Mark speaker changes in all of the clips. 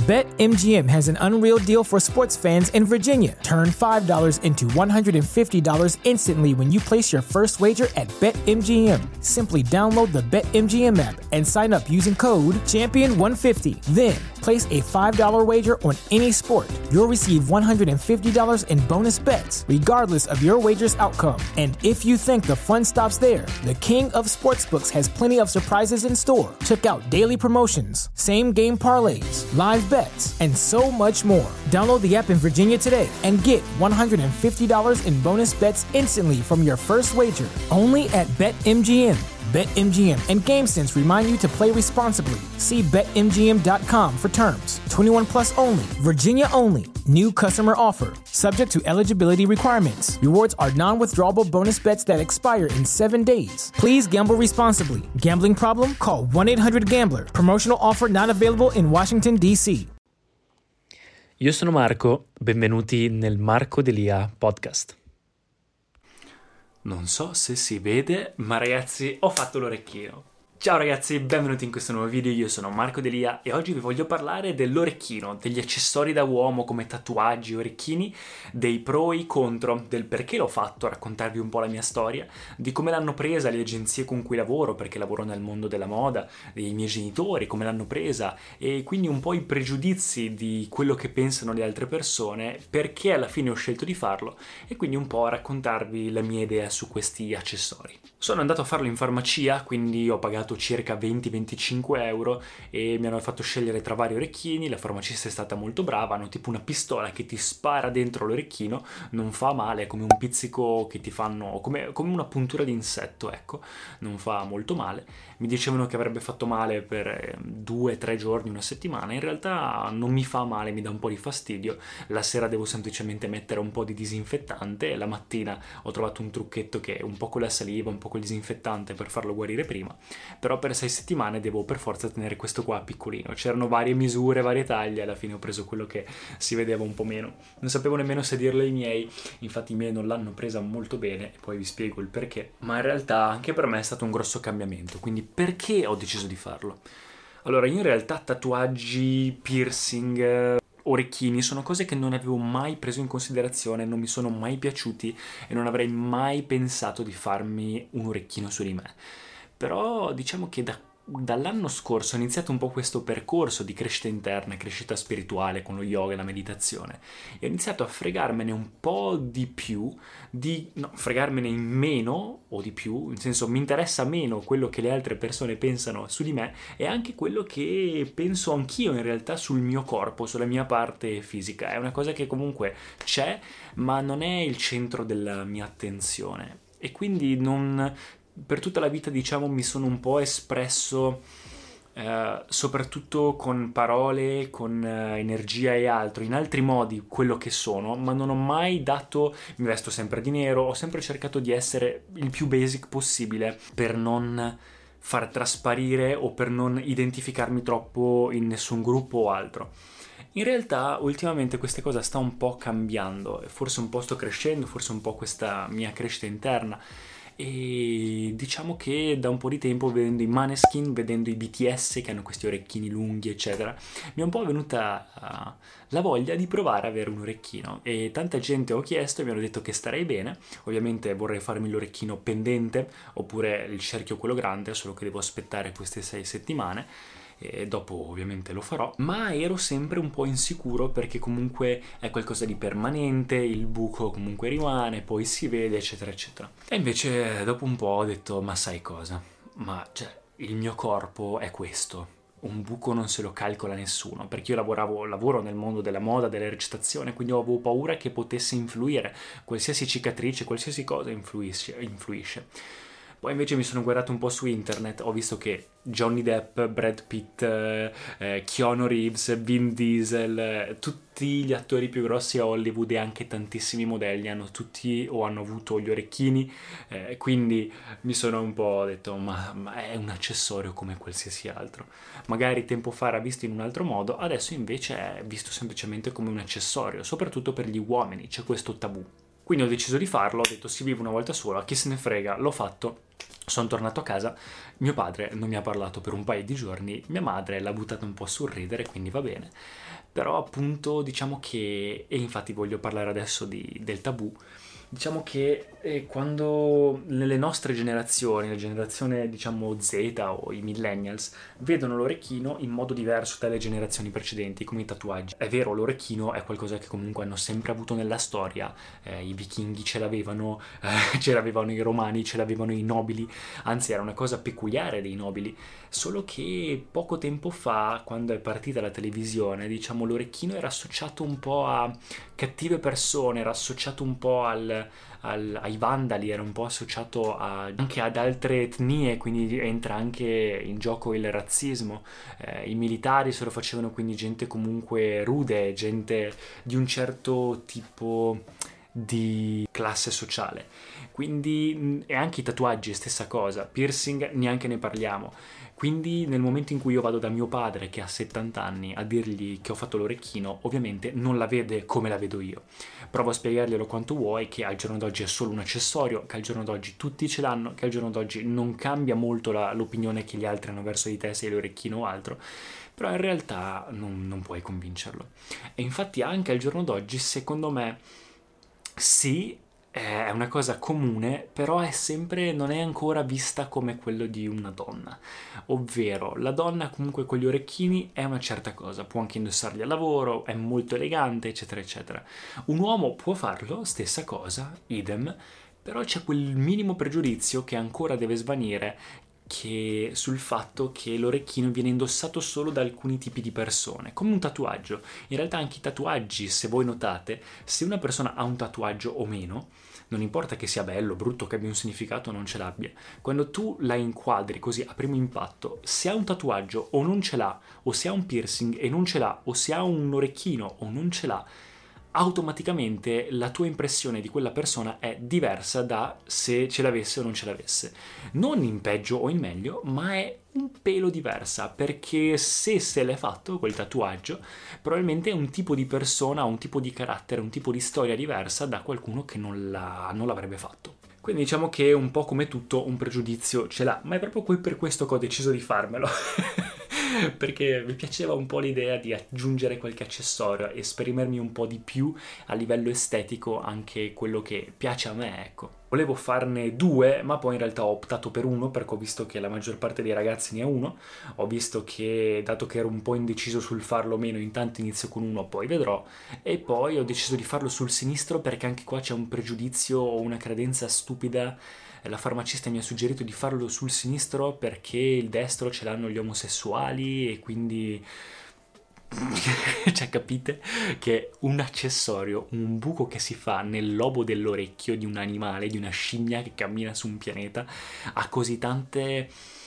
Speaker 1: BetMGM has an unreal deal for sports fans in Virginia. Turn $5 into $150 instantly when you place your first wager at BetMGM. Simply download the BetMGM app and sign up using code Champion150. Then, place a $5 wager on any sport. You'll receive $150 in bonus bets, regardless of your wager's outcome. And if you think the fun stops there, the King of Sportsbooks has plenty of surprises in store. Check out daily promotions, same-game parlays, live bets, and so much more. Download the app in Virginia today and get $150 in bonus bets instantly from your first wager. Only at BetMGM. BetMGM and GameSense remind you to play responsibly. See BetMGM.com for terms. 21 plus only. Virginia only. New customer offer. Subject to eligibility requirements. Rewards are non-withdrawable bonus bets that expire in 7 days. Please gamble responsibly. Gambling problem? Call 1-800-GAMBLER. Promotional offer not available in Washington, D.C.
Speaker 2: Io sono Marco, benvenuti nel Marco Delia podcast. Non so se si vede, ma ragazzi, ho fatto l'orecchino. Ciao ragazzi, benvenuti in questo nuovo video, io sono Marco Delia e oggi vi voglio parlare dell'orecchino, degli accessori da uomo come tatuaggi, orecchini, dei pro e i contro, del perché l'ho fatto, raccontarvi un po' la mia storia, di come l'hanno presa le agenzie con cui lavoro, perché lavoro nel mondo della moda, dei miei genitori, come l'hanno presa e quindi un po' i pregiudizi di quello che pensano le altre persone, perché alla fine ho scelto di farlo e quindi un po' raccontarvi la mia idea su questi accessori. Sono andato a farlo in farmacia, quindi ho pagato circa 20-25 euro e mi hanno fatto scegliere tra vari orecchini. La farmacista è stata molto brava, hanno tipo una pistola che ti spara dentro l'orecchino, non fa male, è come un pizzico che ti fanno, come una puntura di insetto, ecco, non fa molto male. Mi dicevano che avrebbe fatto male per 2-3 giorni, una settimana, in realtà non mi fa male, mi dà un po' di fastidio, la sera devo semplicemente mettere un po' di disinfettante e la mattina ho trovato un trucchetto che è un po' con la saliva, un po' con il disinfettante per farlo guarire prima. Però per 6 settimane devo per forza tenere questo qua piccolino. C'erano varie misure, varie taglie, alla fine ho preso quello che si vedeva un po' meno. Non sapevo nemmeno se dirlo ai miei, infatti i miei non l'hanno presa molto bene, e poi vi spiego il perché. Ma in realtà anche per me è stato un grosso cambiamento, quindi perché ho deciso di farlo? Allora, io in realtà tatuaggi, piercing, orecchini sono cose che non avevo mai preso in considerazione, non mi sono mai piaciuti e non avrei mai pensato di farmi un orecchino su di me. Però diciamo che dall'anno scorso ho iniziato un po' questo percorso di crescita interna, crescita spirituale con lo yoga e la meditazione e ho iniziato a fregarmene un po' di più, fregarmene in meno o di più, nel senso mi interessa meno quello che le altre persone pensano su di me e anche quello che penso anch'io in realtà sul mio corpo, sulla mia parte fisica. È una cosa che comunque c'è, ma non è il centro della mia attenzione e quindi per tutta la vita, diciamo, mi sono un po' espresso soprattutto con parole, con energia e altro, in altri modi quello che sono, ma non ho mai mi vesto sempre di nero, ho sempre cercato di essere il più basic possibile per non far trasparire o per non identificarmi troppo in nessun gruppo o altro. In realtà ultimamente questa cosa sta un po' cambiando, forse un po' sto crescendo, forse un po' questa mia crescita interna. E diciamo che da un po' di tempo vedendo i Maneskin, vedendo i BTS che hanno questi orecchini lunghi eccetera, mi è un po' venuta la voglia di provare ad avere un orecchino e tanta gente ho chiesto e mi hanno detto che starei bene. Ovviamente vorrei farmi l'orecchino pendente oppure il cerchio quello grande, solo che devo aspettare queste 6 settimane e dopo ovviamente lo farò, ma ero sempre un po' insicuro perché comunque è qualcosa di permanente, il buco comunque rimane, poi si vede eccetera eccetera. E invece dopo un po' ho detto ma sai cosa, il mio corpo è questo, un buco non se lo calcola nessuno, perché io lavoro nel mondo della moda, della recitazione, quindi avevo paura che potesse influire, qualsiasi cicatrice, qualsiasi cosa influisce. Poi invece mi sono guardato un po' su internet, ho visto che Johnny Depp, Brad Pitt, Keanu Reeves, Vin Diesel, tutti gli attori più grossi a Hollywood e anche tantissimi modelli hanno avuto gli orecchini, quindi mi sono un po' detto ma è un accessorio come qualsiasi altro. Magari tempo fa era visto in un altro modo, adesso invece è visto semplicemente come un accessorio, soprattutto per gli uomini, c'è questo tabù. Quindi ho deciso di farlo, ho detto si vive una volta sola, chi se ne frega, l'ho fatto. Sono tornato a casa, mio padre non mi ha parlato per un paio di giorni, mia madre l'ha buttata un po' sul ridere, quindi va bene. Però appunto diciamo che, e infatti voglio parlare adesso del tabù, diciamo che quando nelle nostre generazioni, la generazione diciamo Z o i millennials, vedono l'orecchino in modo diverso dalle generazioni precedenti, come i tatuaggi. È vero, l'orecchino è qualcosa che comunque hanno sempre avuto nella storia, i vichinghi ce l'avevano, ce l'avevano i romani, ce l'avevano i nobili, anzi era una cosa peculiare dei nobili, solo che poco tempo fa, quando è partita la televisione, diciamo l'orecchino era associato un po' a cattive persone, era associato un po' ai vandali, era un po' associato anche ad altre etnie, quindi entra anche in gioco il razzismo. I militari se lo facevano, quindi gente comunque rude, gente di un certo tipo di classe sociale. Quindi, e anche i tatuaggi, stessa cosa, piercing neanche ne parliamo. Quindi nel momento in cui io vado da mio padre che ha 70 anni a dirgli che ho fatto l'orecchino, ovviamente non la vede come la vedo io. Provo a spiegarglielo quanto vuoi, che al giorno d'oggi è solo un accessorio, che al giorno d'oggi tutti ce l'hanno, che al giorno d'oggi non cambia molto l'opinione che gli altri hanno verso di te se hai l'orecchino o altro, però in realtà non puoi convincerlo. E infatti anche al giorno d'oggi, secondo me, sì, è una cosa comune, però non è ancora vista come quello di una donna. Ovvero, la donna comunque con gli orecchini è una certa cosa, può anche indossarli al lavoro, è molto elegante, eccetera, eccetera. Un uomo può farlo, stessa cosa, idem, però c'è quel minimo pregiudizio che ancora deve svanire, che sul fatto che l'orecchino viene indossato solo da alcuni tipi di persone, come un tatuaggio. In realtà anche i tatuaggi, se voi notate, se una persona ha un tatuaggio o meno, non importa che sia bello, brutto, che abbia un significato o non ce l'abbia, quando tu la inquadri così a primo impatto, se ha un tatuaggio o non ce l'ha, o se ha un piercing e non ce l'ha, o se ha un orecchino o non ce l'ha, automaticamente la tua impressione di quella persona è diversa da se ce l'avesse o non ce l'avesse. Non in peggio o in meglio, ma è un pelo diversa, perché se l'è fatto quel tatuaggio, probabilmente è un tipo di persona, un tipo di carattere, un tipo di storia diversa da qualcuno che non l'avrebbe fatto. Quindi diciamo che un po' come tutto un pregiudizio ce l'ha, ma è proprio per questo che ho deciso di farmelo. Perché mi piaceva un po' l'idea di aggiungere qualche accessorio, esprimermi un po' di più a livello estetico, anche quello che piace a me, ecco. Volevo farne 2, ma poi in realtà ho optato per uno, perché ho visto che la maggior parte dei ragazzi ne ha uno. Ho visto che, dato che ero un po' indeciso sul farlo o meno, intanto inizio con uno, poi vedrò. E poi ho deciso di farlo sul sinistro, perché anche qua c'è un pregiudizio o una credenza stupida. La farmacista mi ha suggerito di farlo sul sinistro perché il destro ce l'hanno gli omosessuali e quindi cioè capite che un accessorio, un buco che si fa nel lobo dell'orecchio di un animale, di una scimmia che cammina su un pianeta, ha così tante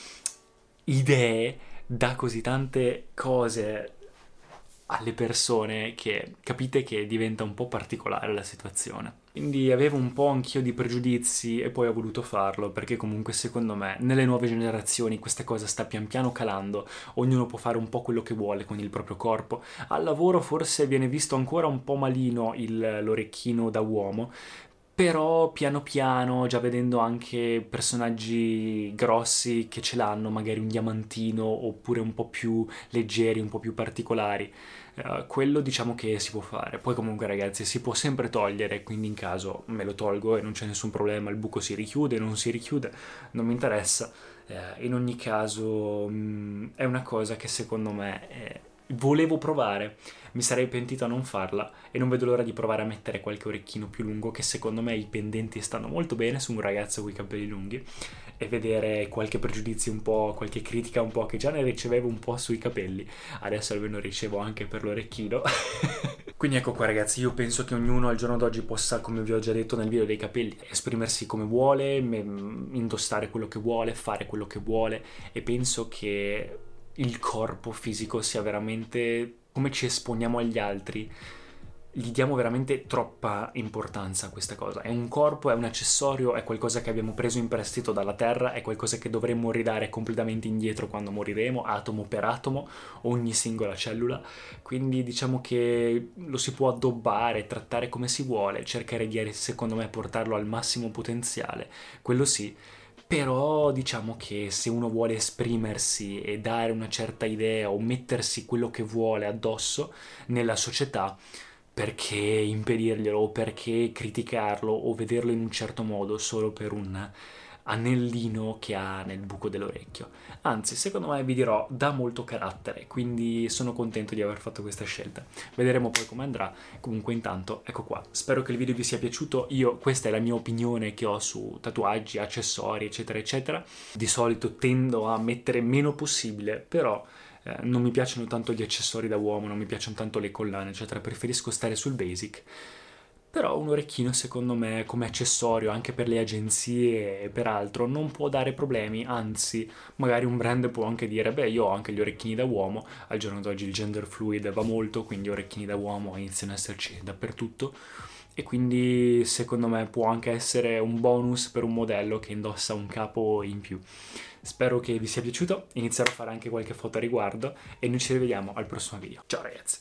Speaker 2: idee, dà così tante cose alle persone che capite che diventa un po' particolare la situazione. Quindi avevo un po' anch'io di pregiudizi e poi ho voluto farlo perché comunque secondo me nelle nuove generazioni questa cosa sta pian piano calando, ognuno può fare un po' quello che vuole con il proprio corpo. Al lavoro forse viene visto ancora un po' malino l'orecchino da uomo, però piano piano, già vedendo anche personaggi grossi che ce l'hanno, magari un diamantino oppure un po' più leggeri, un po' più particolari, quello diciamo che si può fare. Poi comunque ragazzi si può sempre togliere, quindi in caso me lo tolgo e non c'è nessun problema, il buco si richiude, non si richiude, non mi interessa. In ogni caso è una cosa che secondo me volevo provare, mi sarei pentito a non farla e non vedo l'ora di provare a mettere qualche orecchino più lungo, che secondo me i pendenti stanno molto bene su un ragazzo con i capelli lunghi, e vedere qualche pregiudizio un po', qualche critica un po', che già ne ricevevo un po' sui capelli, adesso almeno ricevo anche per l'orecchino. Quindi ecco qua ragazzi, io penso che ognuno al giorno d'oggi possa, come vi ho già detto nel video dei capelli, esprimersi come vuole, indossare quello che vuole, fare quello che vuole, e penso che il corpo fisico sia veramente come ci esponiamo agli altri, gli diamo veramente troppa importanza a questa cosa. È un corpo, è un accessorio, è qualcosa che abbiamo preso in prestito dalla Terra, è qualcosa che dovremmo ridare completamente indietro quando moriremo, atomo per atomo, ogni singola cellula. Quindi diciamo che lo si può addobbare, trattare come si vuole, cercare di, secondo me, portarlo al massimo potenziale, quello sì. Però diciamo che se uno vuole esprimersi e dare una certa idea o mettersi quello che vuole addosso nella società, perché impedirglielo o perché criticarlo o vederlo in un certo modo solo per un anellino che ha nel buco dell'orecchio? Anzi, secondo me, vi dirò, dà molto carattere, quindi sono contento di aver fatto questa scelta. Vedremo poi come andrà. Comunque intanto, ecco qua. Spero che il video vi sia piaciuto. Questa è la mia opinione che ho su tatuaggi, accessori, eccetera, eccetera. Di solito tendo a mettere meno possibile, però non mi piacciono tanto gli accessori da uomo, non mi piacciono tanto le collane, eccetera, preferisco stare sul basic. Però un orecchino, secondo me, come accessorio anche per le agenzie e per altro, non può dare problemi, anzi, magari un brand può anche dire, beh, io ho anche gli orecchini da uomo, al giorno d'oggi il gender fluid va molto, quindi orecchini da uomo iniziano ad esserci dappertutto, e quindi secondo me può anche essere un bonus per un modello che indossa un capo in più. Spero che vi sia piaciuto, inizierò a fare anche qualche foto a riguardo e noi ci rivediamo al prossimo video. Ciao ragazzi!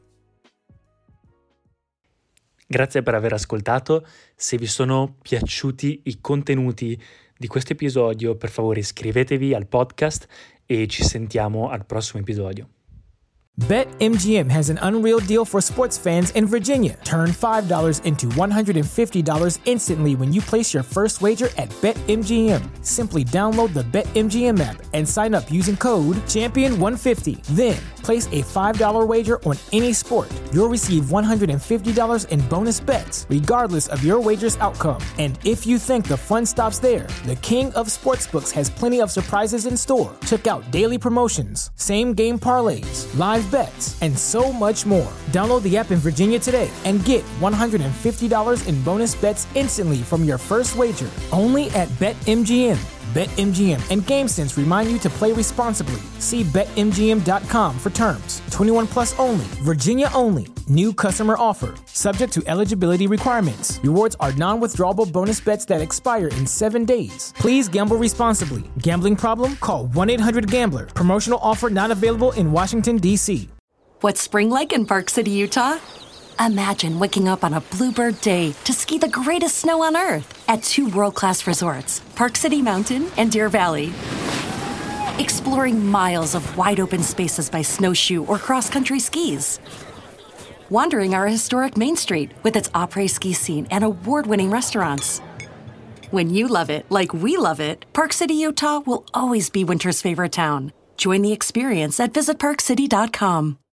Speaker 2: Grazie per aver ascoltato. Se vi sono piaciuti i contenuti di questo episodio, per favore iscrivetevi al podcast e ci sentiamo al prossimo episodio.
Speaker 1: BetMGM has an unreal deal for sports fans in Virginia. Turn $5 into $150 instantly when you place your first wager at BetMGM. Simply download the BetMGM app and sign up using code Champion150. Then, place a $5 wager on any sport. You'll receive $150 in bonus bets, regardless of your wager's outcome. And if you think the fun stops there, the king of sportsbooks has plenty of surprises in store. Check out daily promotions, same-game parlays, live bets, and so much more. Download the app in Virginia today and get $150 in bonus bets instantly from your first wager. Only at BetMGM. BetMGM and GameSense remind you to play responsibly. See BetMGM.com for terms. 21 plus only. Virginia only. New customer offer. Subject to eligibility requirements. Rewards are non-withdrawable bonus bets that expire in 7 days. Please gamble responsibly. Gambling problem? Call 1-800-GAMBLER. Promotional offer not available in Washington, D.C.
Speaker 3: What's spring like in Park City, Utah? Imagine waking up on a bluebird day to ski the greatest snow on Earth at 2 world-class resorts, Park City Mountain and Deer Valley. Exploring miles of wide-open spaces by snowshoe or cross-country skis. Wandering our historic Main Street with its après ski scene and award-winning restaurants. When you love it like we love it, Park City, Utah will always be winter's favorite town. Join the experience at visitparkcity.com.